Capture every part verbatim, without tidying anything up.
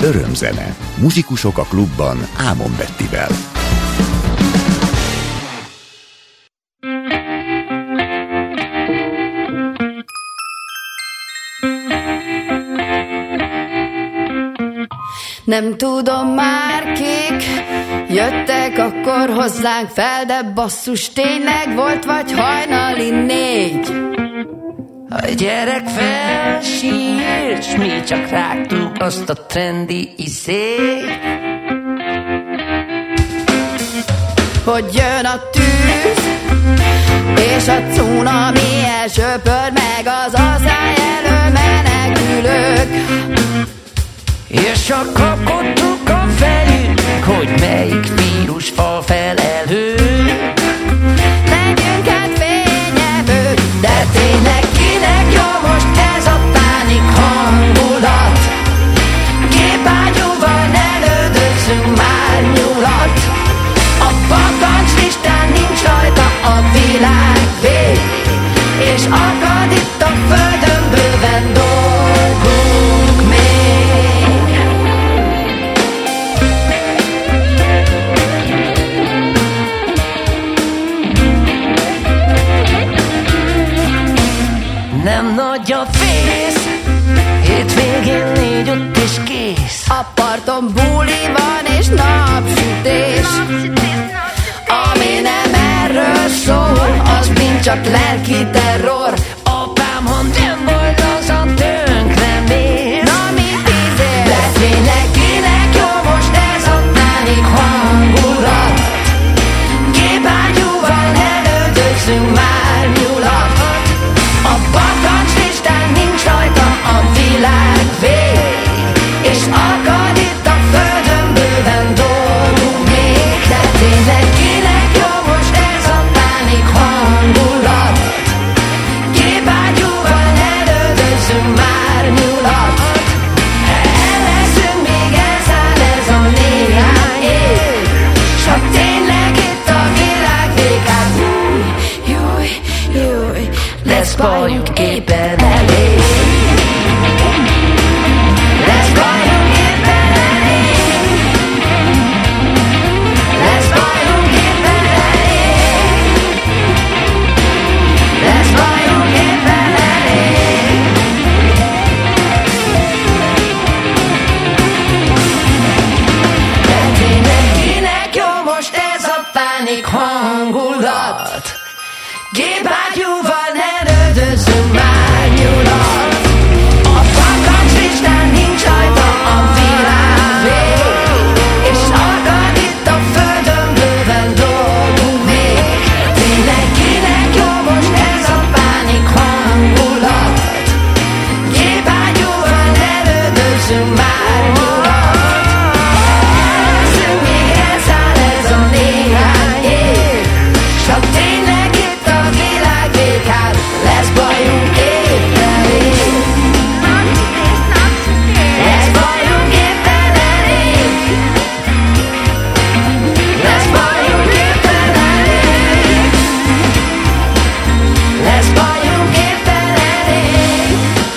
Örömzene. Muzsikusok a klubban Ámon Bettivel. Nem tudom már kik jöttek akkor hozzánk fel, de basszus tényleg volt vagy hajnali négy. A gyerek felsírt, s mi csak rágtuk azt a trendi izét. Hogy jön a tűz, és a cunami elsöpör meg az aszály elől menekülők. És akkor kapkodtuk a fejünk, hogy melyik vírus fal fel elő. Legyünk hát fényevők, de tényleg kinek jó most ez a pánik hangulat? Gépágyúval ne lődözzünk már nyulat. A bakancslistán nincs rajta a világ vég, és akad itt a földön bőven dolgunk még. Nem nagy a fész, hétvégén négy-öt és kész. A parton buli van és napsütés. Ami nem erről szól, az mind csak lelki terror. Apám, ha nem volt az a tönkre mész. Na mit ízél? De tényleg kinek jó most ez a pánik hangulat? Gépágyúval ne lődözzünk már nyulat. A bakancslistán nincs rajta a világ vég, és akad itt a földön bőven dolgunk még. De tényleg kinek jó most ez a pánik hangulat? Gépágyúval ne lődözzünk már nyulat. El leszünk még elszáll ez a néhány év, s ha tényleg itt a világ vég, hát júj, júj, júj, lesz bajunk éppen elég. Lesz bajunk éppen elég. Lesz bajunk éppen elég. Lesz bajunk éppen elég. De tényleg kinek jó most ez a pánik hangulat? Gépágyúval ne lődözzünk már nyulat. A bakancslistán nincs rajta a világ vég, és akad itt a földön bőven dolgunk még. Tényleg kinek jó most ez a pánik hangulat? Gépágyúval ne lődözzünk már nyulat. Elveszünk még elszáll ez a néhány év, s ha tényleg itt a világ vég, hát lesz bajunk éppen elég. Lesz bajunk éppen elég. Lesz bajunk éppen elég. Lesz bajunk éppen elég.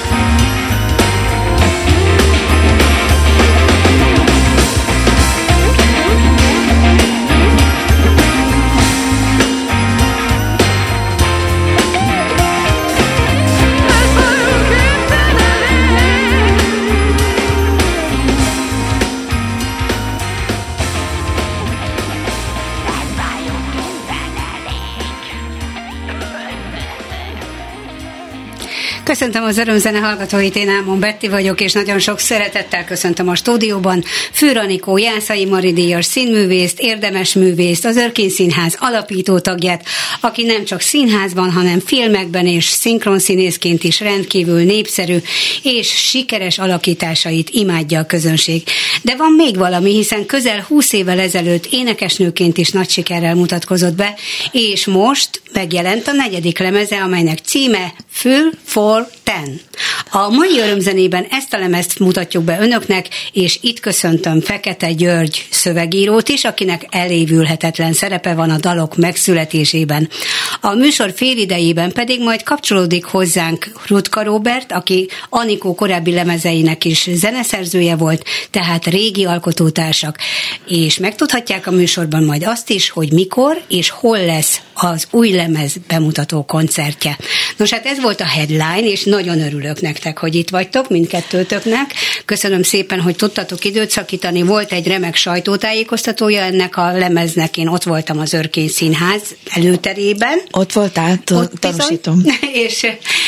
Köszöntöm az Örömzene hallgatóit, én Ámon Betti vagyok, és nagyon sok szeretettel köszöntöm a stúdióban Fürr Anikó Jászai Mari díjas színművészt, érdemes művészt, az Örkény Színház alapító tagját, aki nem csak színházban, hanem filmekben és szinkronszínészként is rendkívül népszerű és sikeres alakításait imádja a közönség. De van még valami, hiszen közel húsz évvel ezelőtt énekesnőként is nagy sikerrel mutatkozott be, és most megjelent a negyedik lemeze, amelynek címe Full for Ten. A mai örömzenében ezt a lemezt mutatjuk be önöknek, és itt köszöntöm Fekete György szövegírót is, akinek elévülhetetlen szerepe van a dalok megszületésében. A műsor félidejében pedig majd kapcsolódik hozzánk Rutka Róbert, aki Anikó korábbi lemezeinek is zeneszerzője volt, tehát régi alkotótársak. És megtudhatják a műsorban majd azt is, hogy mikor és hol lesz az új lemez bemutató koncertje. Nos, hát ez volt a headline, és nagyon örülök nektek, hogy itt vagytok, mindkettőtöknek. Köszönöm szépen, hogy tudtatok időt szakítani. Volt egy remek sajtótájékoztatója ennek a lemeznek, én ott voltam az Örkény Színház előterében. Ott voltál, tanúsítom. és,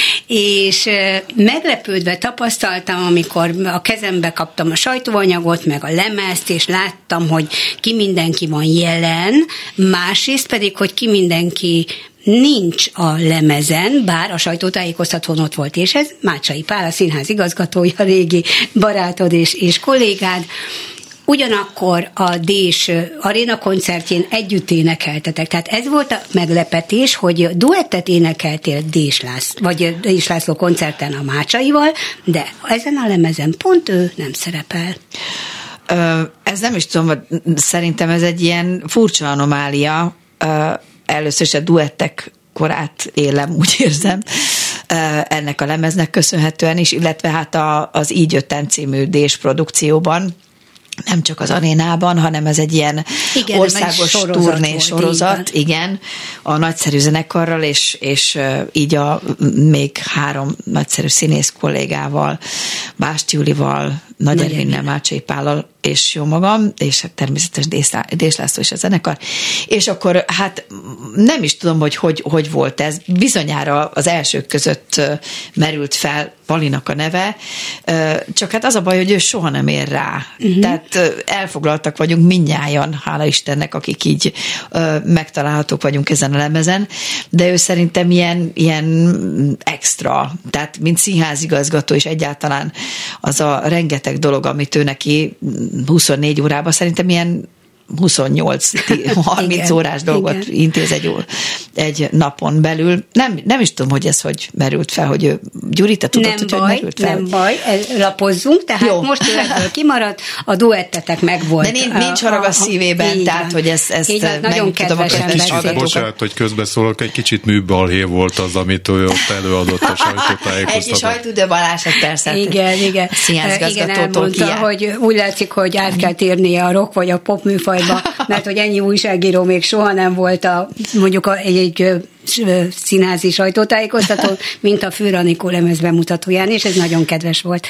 és meglepődve tapasztaltam, amikor a kezembe kaptam a sajtóanyagot, meg a lemezt, és láttam, hogy ki mindenki van jelen, másrészt pedig, hogy ki mindenki nincs a lemezen, bár a sajtótájékoztatón ott volt, és ez Mácsai Pál, a színház igazgatója, régi barátod és, és kollégád. Ugyanakkor a Dés Aréna koncertjén együtt énekeltetek. Tehát ez volt a meglepetés, hogy duettet énekeltél Dés László, vagy Dés László koncerten a Mácsaival, de ezen a lemezen pont ő nem szerepel. Ö, ez nem is tudom, szerintem ez egy ilyen furcsa anomália. Ö, először is a duettek korát élem, úgy érzem, ennek a lemeznek köszönhetően is, illetve hát a, az Így jöttem című Dés produkcióban, nem csak az Arénában, hanem ez egy ilyen igen, országos turné sorozat, igen, a nagyszerű zenekarral, és, és így a még három nagyszerű színész kollégával, Básti Julival, Nagy Ervinnel, Mácsai Pállal, és jó magam, és természetes Dés László és a zenekar. És akkor hát nem is tudom, hogy hogy, hogy volt ez. Bizonyára az elsők között merült fel Palinak a neve, csak hát az a baj, hogy ő soha nem ér rá. Uh-huh. Tehát elfoglaltak vagyunk mindnyájan, hála Istennek, akik így megtalálhatók vagyunk ezen a lemezen, de ő szerintem ilyen, ilyen extra, tehát mint színházigazgató, és egyáltalán az a rengeteg dolog, amit ő neki huszonnégy órában, szerintem ilyen huszonnyolc-harminc órás dolgot igen. intéz egy, egy napon belül. Nem, nem is tudom, hogy ez hogy merült fel, hogy ő, Gyuri, te tudod, nem hogy, baj, hogy merült fel? Nem baj, lapozzunk, tehát jó. Most ő ebből kimaradt, a duettetek megvolt. De nincs, nincs harag a, a szívében, a, tehát, hogy ezt, ezt így, nagyon kedvesen beszélünk. Bocsánat, hogy közbeszólok, egy kicsit műbalhé volt az, amit ő ott előadott a sajtótájékoztatón. Egy sajtó, Balázsát persze. Igen, igen. Igen, elmondta, hogy úgy látszik, hogy át kell térnie a rock vagy a pop műfajba, mert hogy ennyi újságíró még soha nem volt a, mondjuk a, egy, egy színházi sajtótájékoztató, mint a Fűr Anikó lemez bemutatóján, és ez nagyon kedves volt.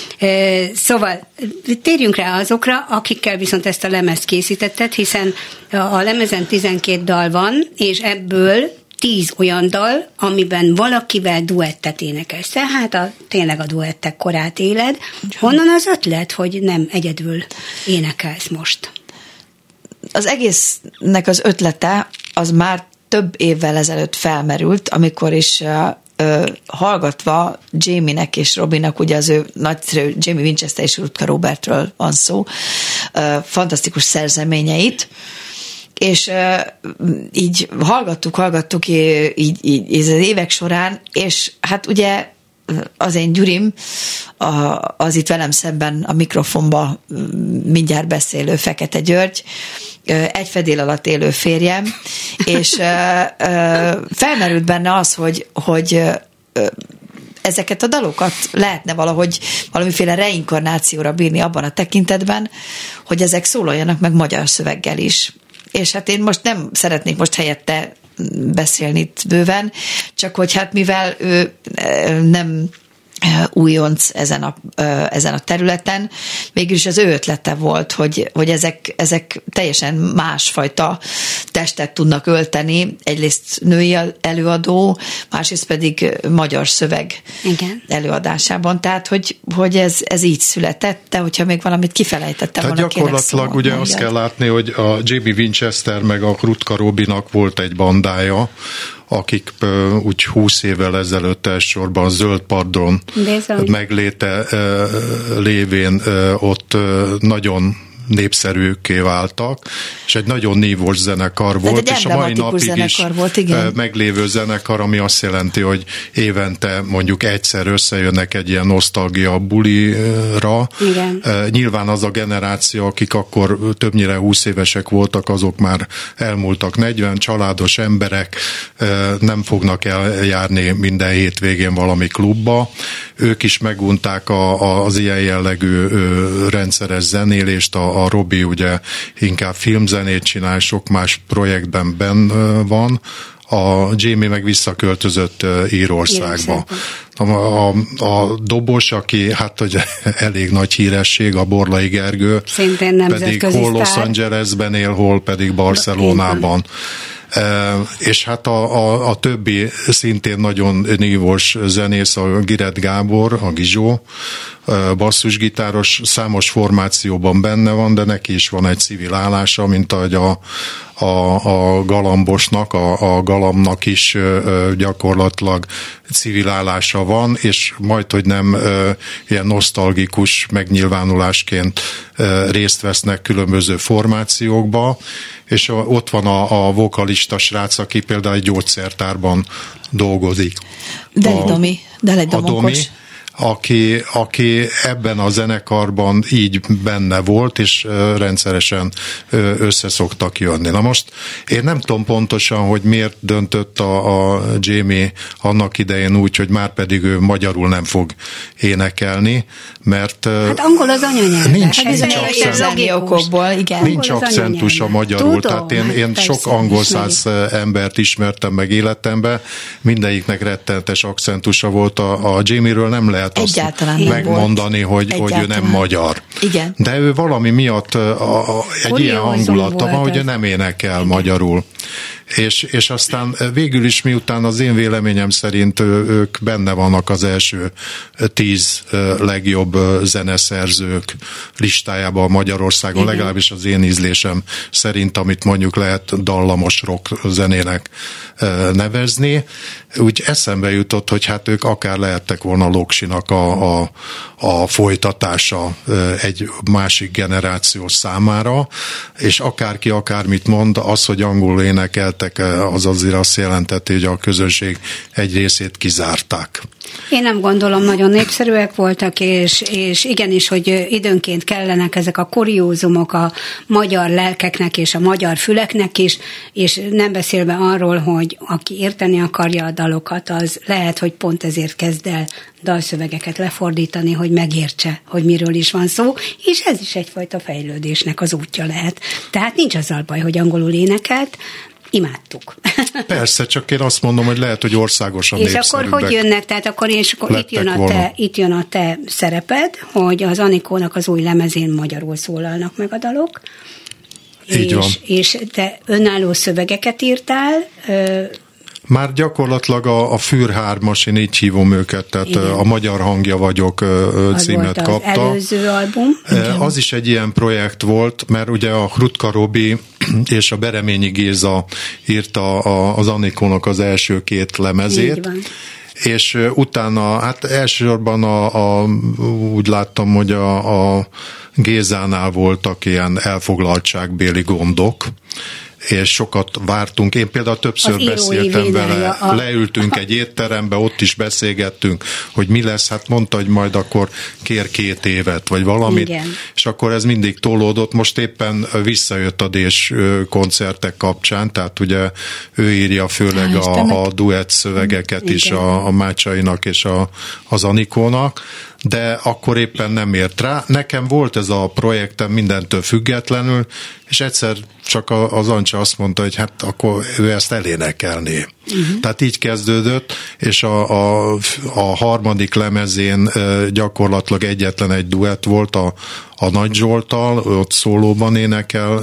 Szóval térjünk rá azokra, akikkel viszont ezt a lemezt készítetted, hiszen a lemezen tizenkét dal van, és ebből tíz olyan dal, amiben valakivel duettet énekelsz. Tehát a, tényleg a duettek korát éled. Honnan az ötlet, hogy nem egyedül énekelsz most? Az egésznek az ötlete az már több évvel ezelőtt felmerült, amikor is uh, uh, hallgatva Jamie-nek és Robinak, ugye az ő nagyszerű Jamie Winchester és Rutka Robertről van szó, uh, fantasztikus szerzeményeit, és uh, így hallgattuk, hallgattuk így, így, így az évek során, és hát ugye az én Gyurim, az itt velem szemben a mikrofonba mindjárt beszélő Fekete György, egy fedél alatt élő férjem, és felmerült benne az, hogy, hogy ezeket a dalokat lehetne valahogy valamiféle reinkarnációra bírni abban a tekintetben, hogy ezek szólaljanak meg magyar szöveggel is. És hát én most nem szeretnék most helyette beszélni itt bőven, csak hogy hát mivel ő nem újonc ezen a, ezen a területen, mégis az ő ötlete volt, hogy, hogy ezek, ezek teljesen másfajta testet tudnak ölteni, egyrészt női előadó, másrészt pedig magyar szöveg igen. előadásában, tehát hogy, hogy ez, ez így született, de hogyha még valamit kifelejtettem volna, tehát gyakorlatilag ugye azt kell látni, hogy a Jamie Winchester meg a Rutka Robinak volt egy bandája, akik uh, úgy húsz évvel ezelőtt elsősorban Zöld Pardon Bizony. megléte uh, lévén uh, ott uh, nagyon népszerűkké váltak, és egy nagyon nívós zenekar volt, és a mai napig is volt, meglévő zenekar, ami azt jelenti, hogy évente mondjuk egyszer összejönnek egy ilyen nosztalgia bulira. Igen. Nyilván az a generáció, akik akkor többnyire húsz évesek voltak, azok már elmúltak negyven, családos emberek, nem fognak eljárni minden hétvégén valami klubba. Ők is megunták a, a, az ilyen jellegű rendszeres zenélést, a A Robi ugye inkább filmzenét csinál, sok más projektben benn van, a Jamie meg visszaköltözött Írországba. A, a, a dobos, aki hát hogy elég nagy híresség, a Borlai Gergő, pedig hol Los Angelesben él, hol pedig Barcelonában. E, és hát a, a, a többi szintén nagyon nívós zenész, a Giret Gábor, a Gizsó, basszusgitáros, számos formációban benne van, de neki is van egy civil állása, mint ahogy a, a, a Galambosnak, a, a Galambnak is gyakorlatilag civil állása van, és majd, hogy nem ilyen nosztalgikus megnyilvánulásként részt vesznek különböző formációkba, és ott van a, a vokalista srác, aki például egy gyógyszertárban dolgozik. Deli Domi, Deli Domokos. Aki, aki ebben a zenekarban így benne volt, és rendszeresen össze szoktak jönni. Na most én nem tudom pontosan, hogy miért döntött a, a Jamie annak idején úgy, hogy már pedig ő magyarul nem fog énekelni, mert hát angol az anyanyelv. Nincs, nincs, akcent, nincs akcentus a magyarul. Tudom, tehát én, én persze, sok angol száz embert ismertem meg életemben, mindegyiknek rettenetes akcentusa volt. A, a Jamie-ről nem lehet azt megmondani, hogy, hogy ő nem magyar. Igen. De ő valami miatt a, a, egy ilyen hangulata van, hogy ő nem énekel igen. magyarul. És, és aztán végül is miután az én véleményem szerint ők benne vannak az első tíz legjobb zeneszerzők listájában Magyarországon, igen. legalábbis az én ízlésem szerint, amit mondjuk lehet dallamos rock zenének nevezni. Úgy eszembe jutott, hogy hát ők akár lehettek volna Loksinak a, a, a folytatása egy másik generáció számára, és akárki akármit mond, az, hogy angolul énekeltek, az azért azt jelenteti, hogy a közönség egy részét kizárták. Én nem gondolom, nagyon népszerűek voltak, és, és igenis, hogy időnként kellenek ezek a kuriózumok a magyar lelkeknek és a magyar füleknek is, és nem beszélve arról, hogy aki érteni akarja a dalokat, az lehet, hogy pont ezért kezd el dalszövegeket lefordítani, hogy megértse, hogy miről is van szó, és ez is egyfajta fejlődésnek az útja lehet. Tehát nincs azzal baj, hogy angolul énekelt, imádtuk. Persze, csak én azt mondom, hogy lehet, hogy országosan és akkor hogy jönnek? Tehát akkor, és akkor itt, jön a te, itt jön a te szereped, hogy az Anikónak az új lemezén magyarul szólalnak meg a dalok. Így és, van. És te önálló szövegeket írtál, már gyakorlatilag a, a Fűr hármas, én így hívom őket, tehát igen. a Magyar hangja vagyok az címet volt kapta. Az előző album. Igen. Az is egy ilyen projekt volt, mert ugye a Hrutka Robi és a Bereményi Géza írta a, az Anikónak az első két lemezét. És utána, hát elsősorban a, a, úgy láttam, hogy a, a Gézánál voltak ilyen elfoglaltságbéli gondok, és sokat vártunk. Én például többször az beszéltem vele, a... leültünk egy étterembe, ott is beszélgettünk, hogy mi lesz, hát mondta, hogy majd akkor kér két évet, vagy valamit, igen. és akkor ez mindig tolódott. Most éppen visszajött a Dés koncertek kapcsán, tehát ugye ő írja főleg a, a duett szövegeket igen. is a, a Mácsainak és a, az Anikónak, de akkor éppen nem ért rá. Nekem volt ez a projektem mindentől függetlenül, és egyszer csak az Ancsa azt mondta, hogy hát akkor ő ezt elénekelné. Uh-huh. Tehát így kezdődött, és a, a, a harmadik lemezén gyakorlatilag egyetlen egy duett volt a, a Nagy Zsolttal, ott szólóban énekel,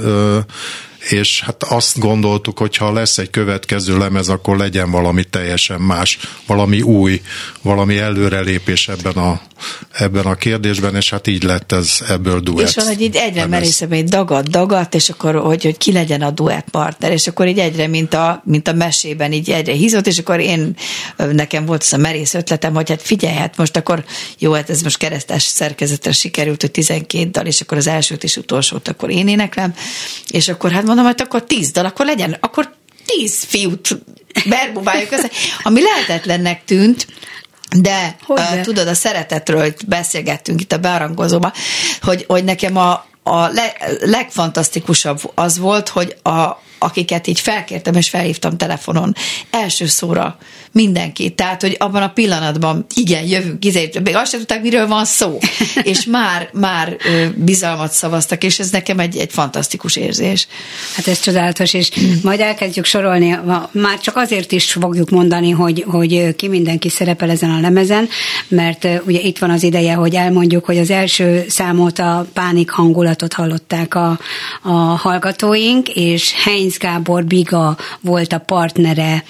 és hát azt gondoltuk, hogy ha lesz egy következő lemez, akkor legyen valami teljesen más, valami új, valami előrelépés ebben a ebben a kérdésben, és hát így lett ez ebből duett. És valahogy így egyre merészebb, egy dagat, dagat, és akkor, hogy, hogy ki legyen a duett partner, és akkor így egyre, mint a, mint a mesében, így egyre hízott, és akkor én, nekem volt az a merész ötletem, hogy hát figyelj, hát most akkor, jó, hát ez most keresztes szerkezetre sikerült, hogy tizenkét dal, és akkor az elsőt és utolsót akkor én éneklem, és akkor hát mondom, hogy akkor tíz dal, akkor legyen, akkor tíz fiút berbubáljuk össze, ami lehetetlennek tűnt, de uh, tudod, a szeretetről beszélgettünk itt a bearangozóban, hogy, hogy nekem a, a le, legfantasztikusabb az volt, hogy a, akiket így felkértem és felhívtam telefonon első szóra mindenki. Tehát, hogy abban a pillanatban igen, jövünk, izé, még azt sem tudták, miről van szó. És már, már bizalmat szavaztak, és ez nekem egy, egy fantasztikus érzés. Hát ez csodálatos, és majd elkezdjük sorolni, már csak azért is fogjuk mondani, hogy, hogy ki mindenki szerepel ezen a lemezen, mert ugye itt van az ideje, hogy elmondjuk, hogy az első számot, a Pánik hangulatot hallották a, a hallgatóink, és Heinz Gábor Biga volt a partnere.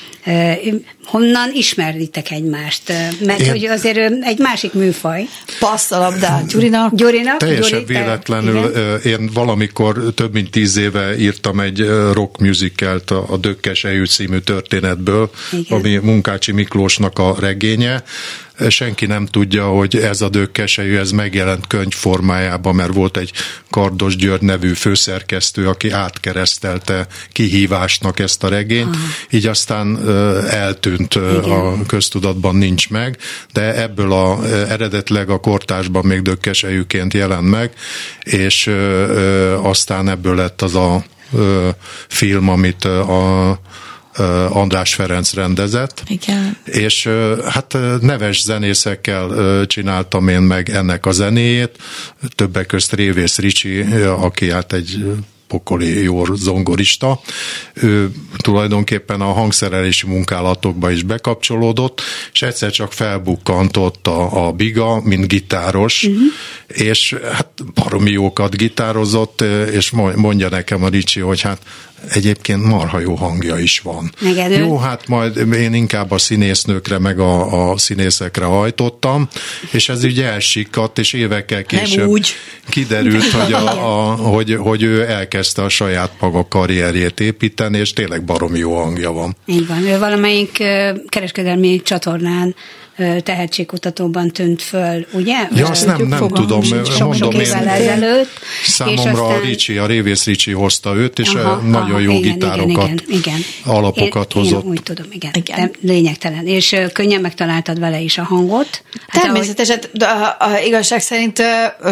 Honnan ismeritek egymást? Mert én... hogy azért egy másik műfaj. Passzalabdát Gyurinak. Gyurinak. Teljesen Gyuri, véletlenül te, én valamikor több mint tíz éve írtam egy rock musicalt a Dökkes Ejű című történetből, igen. Ami Munkácsi Miklósnak a regénye. Senki nem tudja, hogy ez a Dökkesejű, ez megjelent könyv formájában, mert volt egy Kardos György nevű főszerkesztő, aki átkeresztelte kihívásnak ezt a regényt, aha. Így aztán uh, eltűnt, uh, a köztudatban nincs meg, de ebből a, uh, eredetileg a kortársban még Dökkesejűként jelent meg, és uh, uh, aztán ebből lett az a uh, film, amit uh, a András Ferenc rendezett. Igen. És hát neves zenészekkel csináltam én meg ennek a zenéjét, többek közt Révész Ricsi, aki hát egy pokoli jó zongorista. Ő tulajdonképpen a hangszerelési munkálatokba is bekapcsolódott, és egyszer csak felbukkantott a, a Biga, mint gitáros, uh-huh. És hát baromi jókat gitározott, és mondja nekem a Ricsi, hogy hát egyébként marha jó hangja is van. Megedő. Jó, hát majd én inkább a színésznőkre meg a, a színészekre hajtottam, és ez így elsikadt, és évekkel később kiderült, hogy, a, a, hogy, hogy ő elkezdte a saját maga karrierjét építeni, és tényleg baromi jó hangja van. Így van. Ő valamelyik kereskedelmi csatornán tehetségkutatóban tűnt föl, ugye? Ja, azt nem, nem tudom, mondom én. Ezelőtt, számomra aztán... a Ricsi, a Révész Ricsi hozta őt, és aha, nagyon aha, jó igen, gitárokat, igen, igen, alapokat én, hozott. Én úgy tudom, igen, igen. lényegtelen. És könnyen megtaláltad vele is a hangot. Hát természetesen, ahogy... a, a, a igazság szerint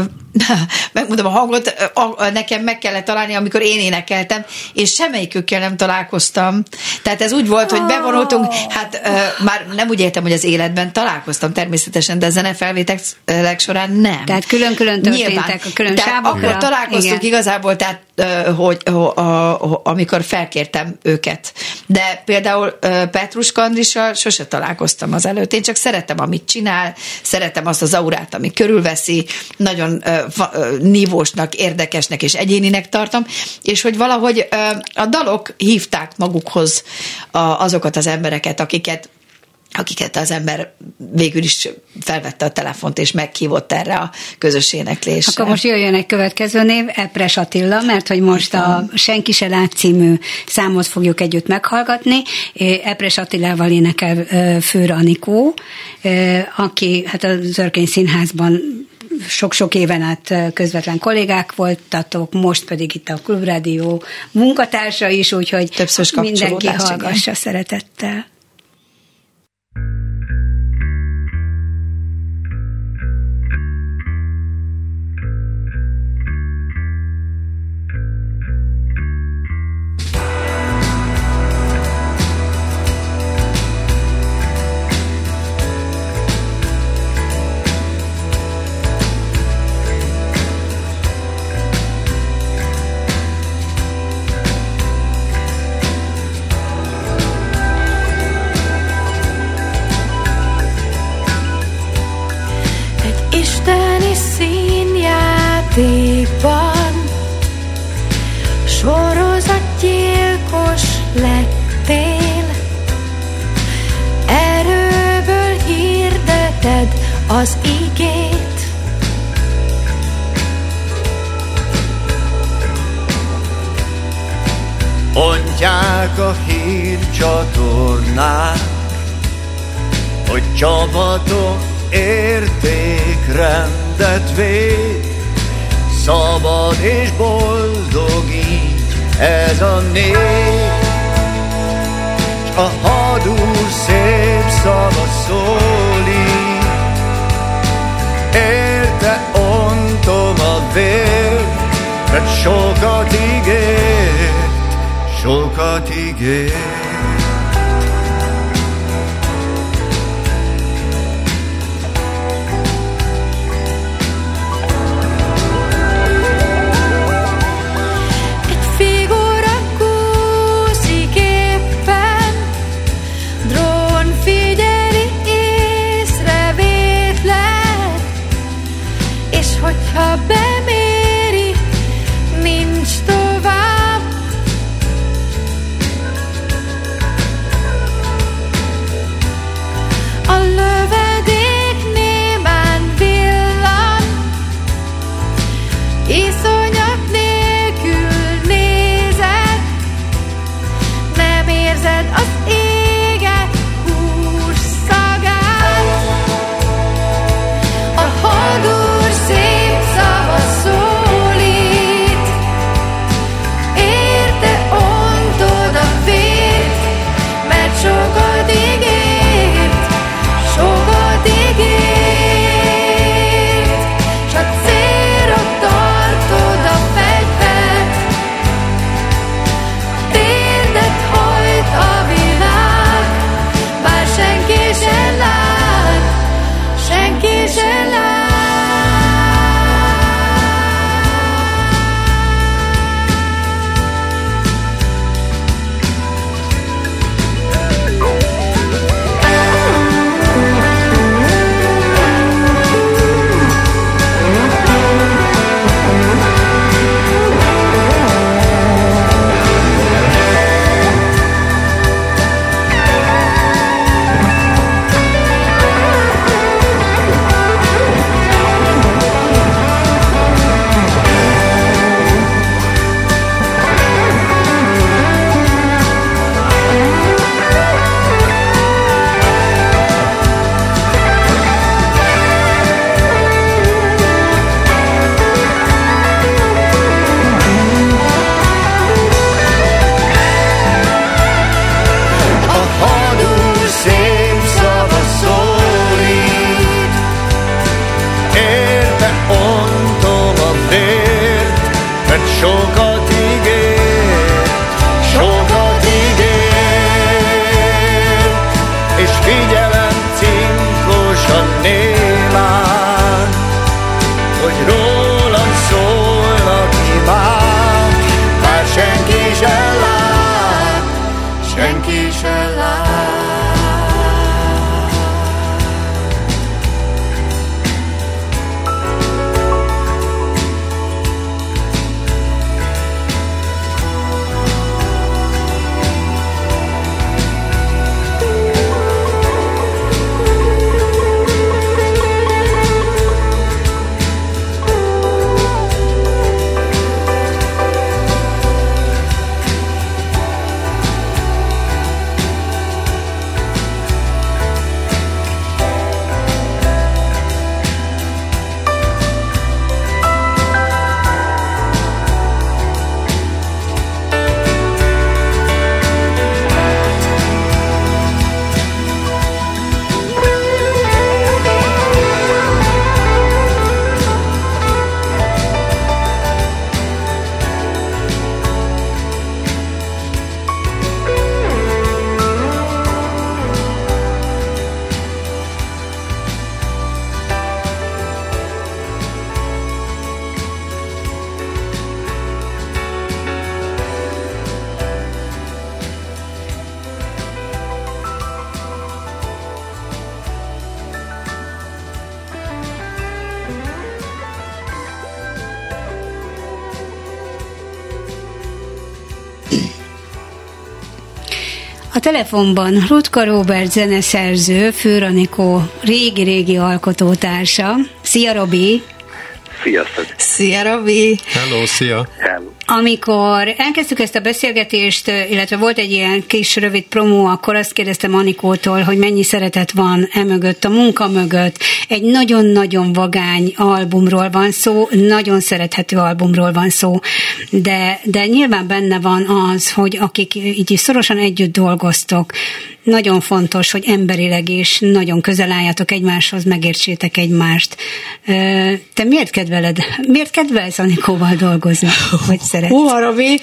megmondom a hangot, a, nekem meg kellett találni, amikor én énekeltem, és semmelyikükkel nem találkoztam. Tehát ez úgy volt, hogy bevonultunk, hát uh, már nem úgy értem, hogy az életben találkoztam természetesen, de a zenefelvételek során nem. Tehát külön-külön történtek a külön sávokra. Akkor találkoztunk igen. Igazából, tehát hogy, hogy amikor felkértem őket. De például Petrus Andrissal sose találkoztam az előtt. Én csak szeretem, amit csinál, szeretem azt az aurát, ami körülveszi, nagyon nívósnak, érdekesnek és egyéninek tartom, és hogy valahogy a dalok hívták magukhoz azokat az embereket, akiket akiket az ember végül is felvette a telefont, és meghívott erre a közös éneklésre. Akkor most jöjjön egy következő név, Epres Attila, mert hogy most a Senki se lát című számot fogjuk együtt meghallgatni. Epres Attilával énekel Főr Anikó, aki hát az Örkény Színházban sok-sok éven át közvetlen kollégák voltatok, most pedig itt a Klubrádió munkatársa is, úgyhogy mindenki hallgassa igen. Szeretettel. Sorozatgyilkos lettél, erőből hirdeted az igét. Mondják a hírcsatornák, hogy csapatom értékrendet véd. Szabad és boldog így ez a nép, s a hadúr szép szava szólít. Érte ontom a vér, mert sokat ígért, sokat ígért. Ha beméri, nincs tovább. A lövedék némán villan, iszonyat nélkül nézed, nem érzed az éget hús szagát. A hadúr szép szava szól, A telefonban Rutka Róbert zeneszerző, Fürös Anikó régi-régi alkotótársa. Szia, Robi! Sziasztok! Szia, Robi! Hello, szia! Hello. Amikor elkezdtük ezt a beszélgetést, illetve volt egy ilyen kis rövid promó, akkor azt kérdeztem Anikótól, hogy mennyi szeretet van emögött, a munka mögött. Egy nagyon-nagyon vagány albumról van szó, nagyon szerethető albumról van szó, de, de nyilván benne van az, hogy akik így szorosan együtt dolgoztok, nagyon fontos, hogy emberileg és nagyon közel álljatok egymáshoz, megértsétek egymást. Te miért kedveled? Miért kedvelsz Anikóval dolgozni? Hogy szeretsz? Hú, Robi!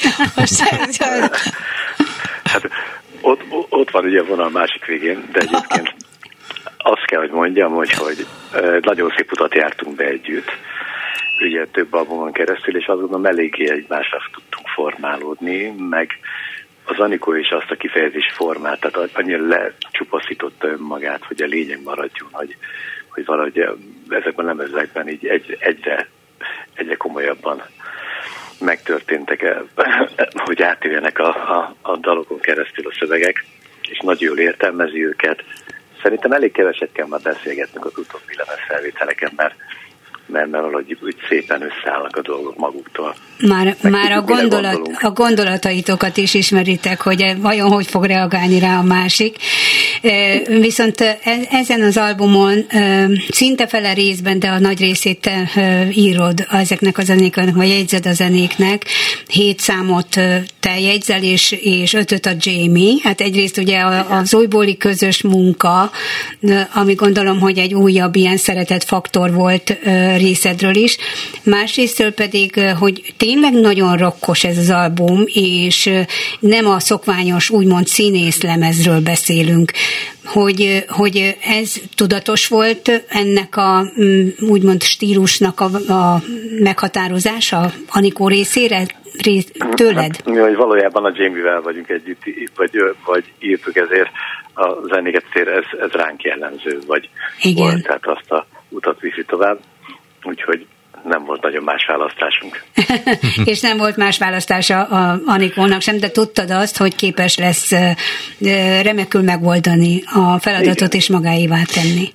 Hát ott, ott van ugye a vonal másik végén, de egyébként azt kell, hogy mondjam, hogy, hogy nagyon szép utat jártunk be együtt, ugye több albumon keresztül, és azt gondolom eléggé egymásra tudtunk formálódni, meg az Anikó is azt a kifejezés formát, tehát annyira lecsupaszította önmagát, hogy a lényeg maradjon, hogy, hogy valahogy ezekben a lemezekben így egy, egyre, egyre komolyabban megtörténtek, hogy átéljenek a, a, a dalokon keresztül a szövegek, és nagyon jól értelmezi őket. Szerintem elég keveset kell már beszélgetnünk az utóbbi lemez felvételeken, mert mert, mert valahogy úgy szépen összeállnak a dolgok maguktól. Már, már a, gondolat, a gondolataitokat is ismeritek, hogy vajon hogy fog reagálni rá a másik. Viszont ezen az albumon szinte fele részben, de a nagy részét te írod ezeknek a zenéknek, vagy jegyzed a zenéknek. Hét számot te jegyzel, és, és ötöt a Jamie. Hát egyrészt ugye az újbóli közös munka, ami gondolom, hogy egy újabb ilyen szeretett faktor volt részedről is. Másrésztől pedig, hogy tényleg nagyon rokkos ez az album, és nem a szokványos, úgymond színészlemezről beszélünk, hogy, hogy ez tudatos volt ennek a úgymond stílusnak a, a meghatározása Anikó részére, rész, tőled? Mi, hogy valójában a Jamie-vel vagyunk együtt, vagy, vagy írtuk, ezért a zenéket ez, ez ránk jellemző, vagy igen. Volt, tehát azt a utat viszi tovább, úgyhogy nem volt nagyon más választásunk. És nem volt más választása a Anikónak sem, de tudtad azt, hogy képes lesz remekül megoldani a feladatot, igen. És magáévá tenni.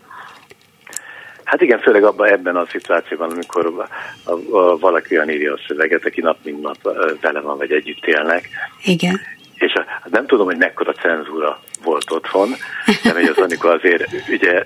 Hát igen, főleg abban ebben a szituációban, amikor a, a, a, valaki olyan írja a szöveget, aki nap mint nap vele van, vagy együtt élnek. Igen. És a, nem tudom, hogy mekkora cenzúra volt otthon, de hogy az Anikó azért ugye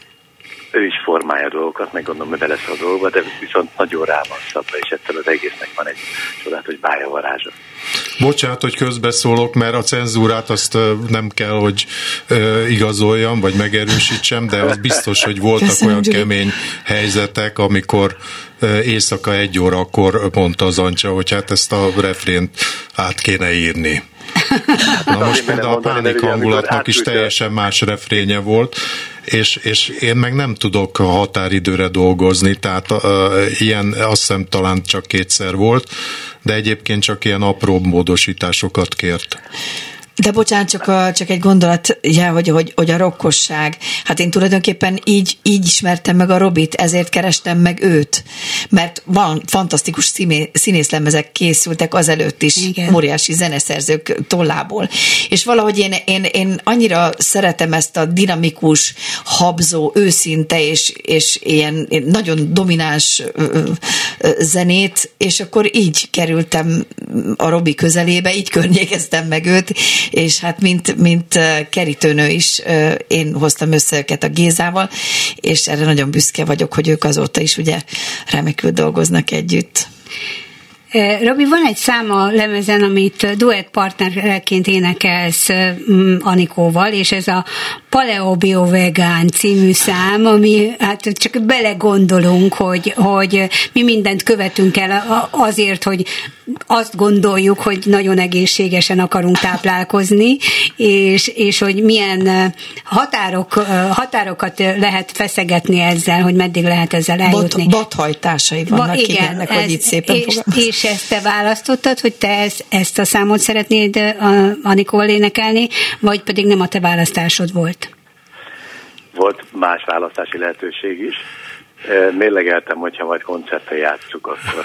ő is formálja a dolgokat, meg gondolom, hogy belesz a dolgokba, de viszont nagyon rá van szabva, és ettől az egésznek van egy csodálatos bályavarázsa. Bocsánat, hogy közbeszólok, mert a cenzúrát azt nem kell, hogy igazoljam, vagy megerősítsem, de az biztos, hogy voltak Köszönöm, olyan kemény helyzetek, amikor éjszaka egy órakor mondta az Ancsa, hogy hát ezt a refrént át kéne írni. Na most például a Pánik hangulatnak is teljesen más refrénye volt, és, és én meg nem tudok a határidőre dolgozni, tehát uh, ilyen azt hiszem talán csak kétszer volt, de egyébként csak ilyen apró módosításokat kért. De bocsánat, csak, a, csak egy gondolat, ja, hogy, hogy, hogy a rokkosság. Hát én tulajdonképpen így, így ismertem meg a Robit, ezért kerestem meg őt. Mert van fantasztikus színé, színészlemezek készültek azelőtt is, igen. Óriási zeneszerzők tollából. És valahogy én, én, én annyira szeretem ezt a dinamikus, habzó, őszinte és, és ilyen nagyon domináns ö, ö, zenét, és akkor így kerültem a Robi közelébe, így környékeztem meg őt, és hát mint, mint kerítőnő is én hoztam össze őket a Gézával, és erre nagyon büszke vagyok, hogy ők azóta is ugye remekül dolgoznak együtt. Robi, van egy szám a lemezen, amit duett partnerként énekelsz Anikóval, és ez a Paleo Bio Vegán című szám, ami hát csak belegondolunk, hogy, hogy mi mindent követünk el azért, hogy azt gondoljuk, hogy nagyon egészségesen akarunk táplálkozni, és, és hogy milyen határok, határokat lehet feszegetni ezzel, hogy meddig lehet ezzel eljutni. Bot, bothajtásai vannak, ba, igen, ennek, hogy itt szépen és, és ezt te választottad, hogy te ezt, ezt a számot szeretnéd Anikóval énekelni, vagy pedig nem a te választásod volt? Volt más választási lehetőség is, Mérlegeltem, hogyha majd koncerten játsszuk, akkor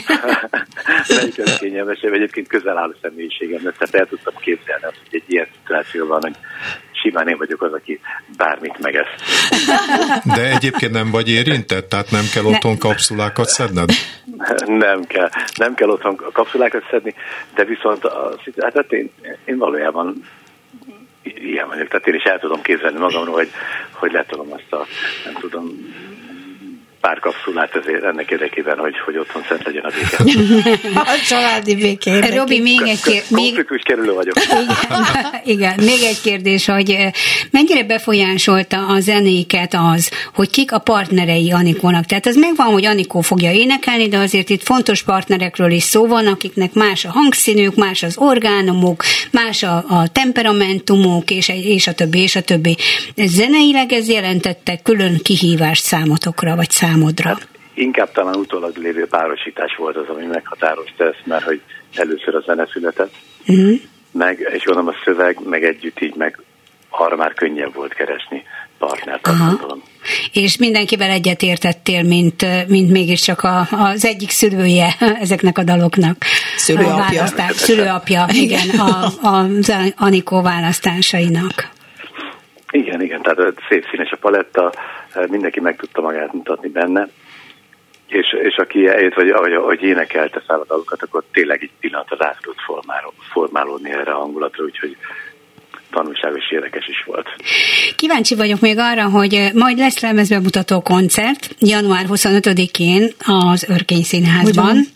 melyik az kényelmesebb. Egyébként közel áll a személyiségem, de tehát el tudtam képzelni, hogy egy ilyen szituációban, hogy simán én vagyok az, aki bármit megesz. De egyébként nem vagy érintett? Tehát nem kell otthon kapszulákat szedned? Nem kell. Nem kell otthon kapszulákat szedni, de viszont a, hát én, én valójában ilyen vagyok. Tehát én is el tudom képzelni magamról, hogy, hogy letolom azt a, nem tudom, pár kapszulát ezért ennek érdekében, hogy, hogy otthon szent legyen a béke. A családi béke érdekében. Robi, még egy kérdés. Konfliktus kerülő vagyok. Igen, igen, még egy kérdés, hogy mennyire befolyásolta a zenéket az, hogy kik a partnerei Anikónak? Tehát az megvan, hogy Anikó fogja énekelni, de azért itt fontos partnerekről is szó van, akiknek más a hangszínük, más az orgánumok, más a, a temperamentumok, és, és a többi, és a többi. Zeneileg ez jelentette külön kihívást számotokra, vagy számotokra? Hát inkább talán utólag lévő párosítás volt az, ami meghatározta ezt, mert hogy először a zene született, uh-huh. meg, és gondolom a szöveg, meg együtt így, meg arra már könnyebb volt keresni partnert. És mindenkivel egyetértettél, mint, mint mégiscsak a, az egyik szülője ezeknek a daloknak. Szülőapja. Szülőapja, igen, a, az Anikó választásainak. Igen, igen, tehát szép színes a paletta, mindenki meg tudta magát mutatni benne, és, és aki eljött, vagy ahogy, ahogy énekelte fel a dalokat, akkor tényleg egy pillanatra rá tudott formálódni erre a hangulatra, úgyhogy tanulságos és érdekes is volt. Kíváncsi vagyok még arra, hogy majd lesz lemezbemutató koncert január huszonötödikén az Örkény Színházban. Ugyan.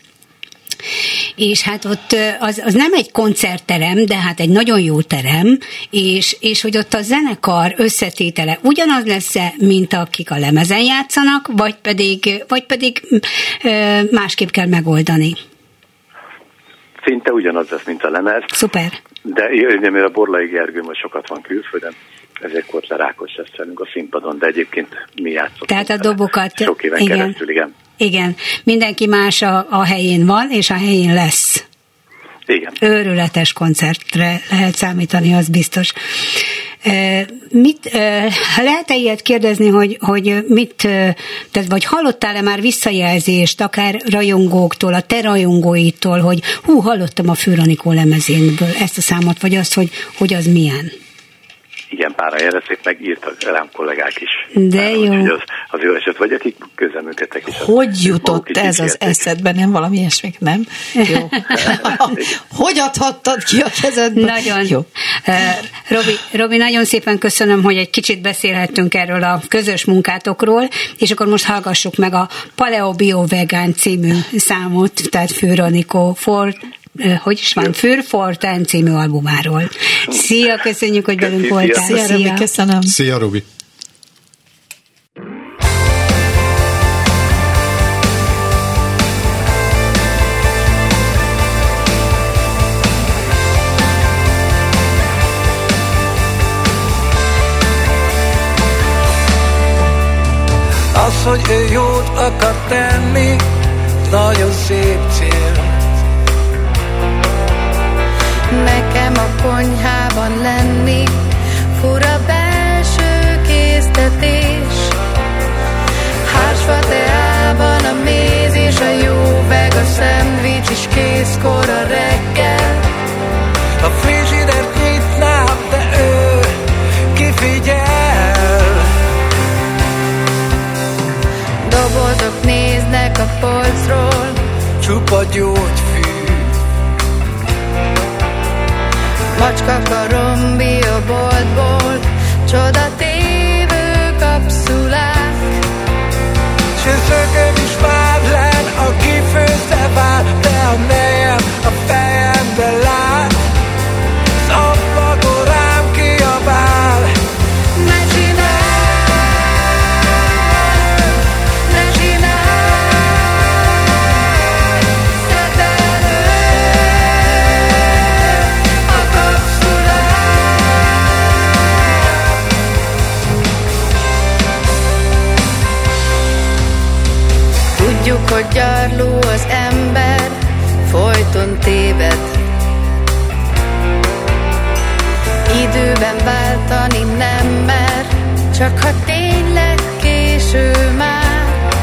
És hát ott az, az nem egy koncertterem, de hát egy nagyon jó terem, és, és hogy ott a zenekar összetétele ugyanaz lesz-e, mint akik a lemezen játszanak, vagy pedig, vagy pedig másképp kell megoldani? Szinte ugyanaz lesz, mint a lemez. Szuper. De mert a Borlai Gergő most sokat van külföldön, ezért Kortler Ákos lesz velünk a színpadon, de egyébként mi játszottunk. Tehát a dobokat... Sok éven igen. keresztül, igen. Igen, mindenki más a, a helyén van, és a helyén lesz. Igen. Őrületes koncertre lehet számítani, az biztos. E, mit, e, lehet-e ilyet kérdezni, hogy, hogy mit, tehát vagy hallottál-e már visszajelzést, akár rajongóktól, a te rajongóitól, hogy hú, hallottam a Főr-Anikó lemezénből ezt a számot, vagy azt, hogy, hogy az milyen? Igen, páran jelezték, meg írtak rám kollégák is. De jó. Úgy, az, az jó eset, vagy akik közreműködtek is. Hogy jutott ez az eszedbe, nem valami ilyesmik, nem? Jó. Hogy adhattad ki a kezedbe? Nagyon. Jó. Uh, Robi, Robi, nagyon szépen köszönöm, hogy egy kicsit beszélhettünk erről a közös munkátokról, és akkor most hallgassuk meg a Paleo Bio Vegán című számot, tehát Főr-Anikó for hogy is van, Főr Fortán című albumáról. Szia, köszönjük, hogy velünk voltál. Szia, Szia, Robi, köszönöm. Szia, Robi. Az, hogy ő jót akar tenni, nagyon szép cél. Nekem a konyhában lenni, fura belső késztetés. Hársfa teában a méz és a jó veg, a szendvics is készkor a reggel. A frigider nyitnám, de ő kifigyel. Dobozok néznek a polcról, csupa gyógyfű. Macska karombi a boltból, csoda tévő kapszulák. Süszögöm is már len, a kifőzte vár, de a nejem a fejembe lát. Szappagon rám kiabál. Ne csinálj, ne csinálj, szedd elő a kapszulát. Tudjuk, hogy gyarló az ember, folyton téved. Időben váltani nem mer, csak ha tényleg késő már.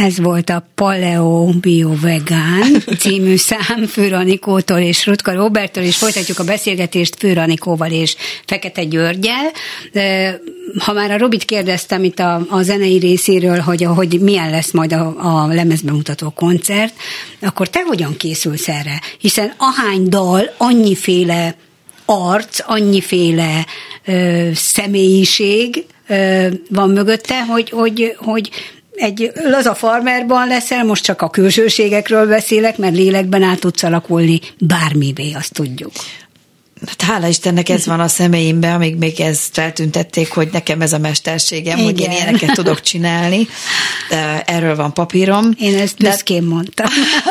Ez volt a Paleo Bio Vegán című szám Fűr Anikótól és Rutka Róberttől, és folytatjuk a beszélgetést Fűr Anikóval és Fekete Györggyel. Ha már a Robit kérdeztem itt a, a zenei részéről, hogy, hogy milyen lesz majd a, a lemezbemutató koncert, akkor te hogyan készülsz erre? Hiszen ahány dal, annyiféle arc, annyiféle ö, személyiség ö, van mögötte, hogy, hogy, hogy egy laza farmerban leszel, most csak a külsőségekről beszélek, mert lélekben át tudsz alakulni bármivé, azt tudjuk. Hát hála Istennek ez van a szemeimben, amíg még ezt feltüntették, hogy nekem ez a mesterségem, igen, hogy én ilyeneket tudok csinálni. Erről van papírom. Én ezt büszkén mondtam.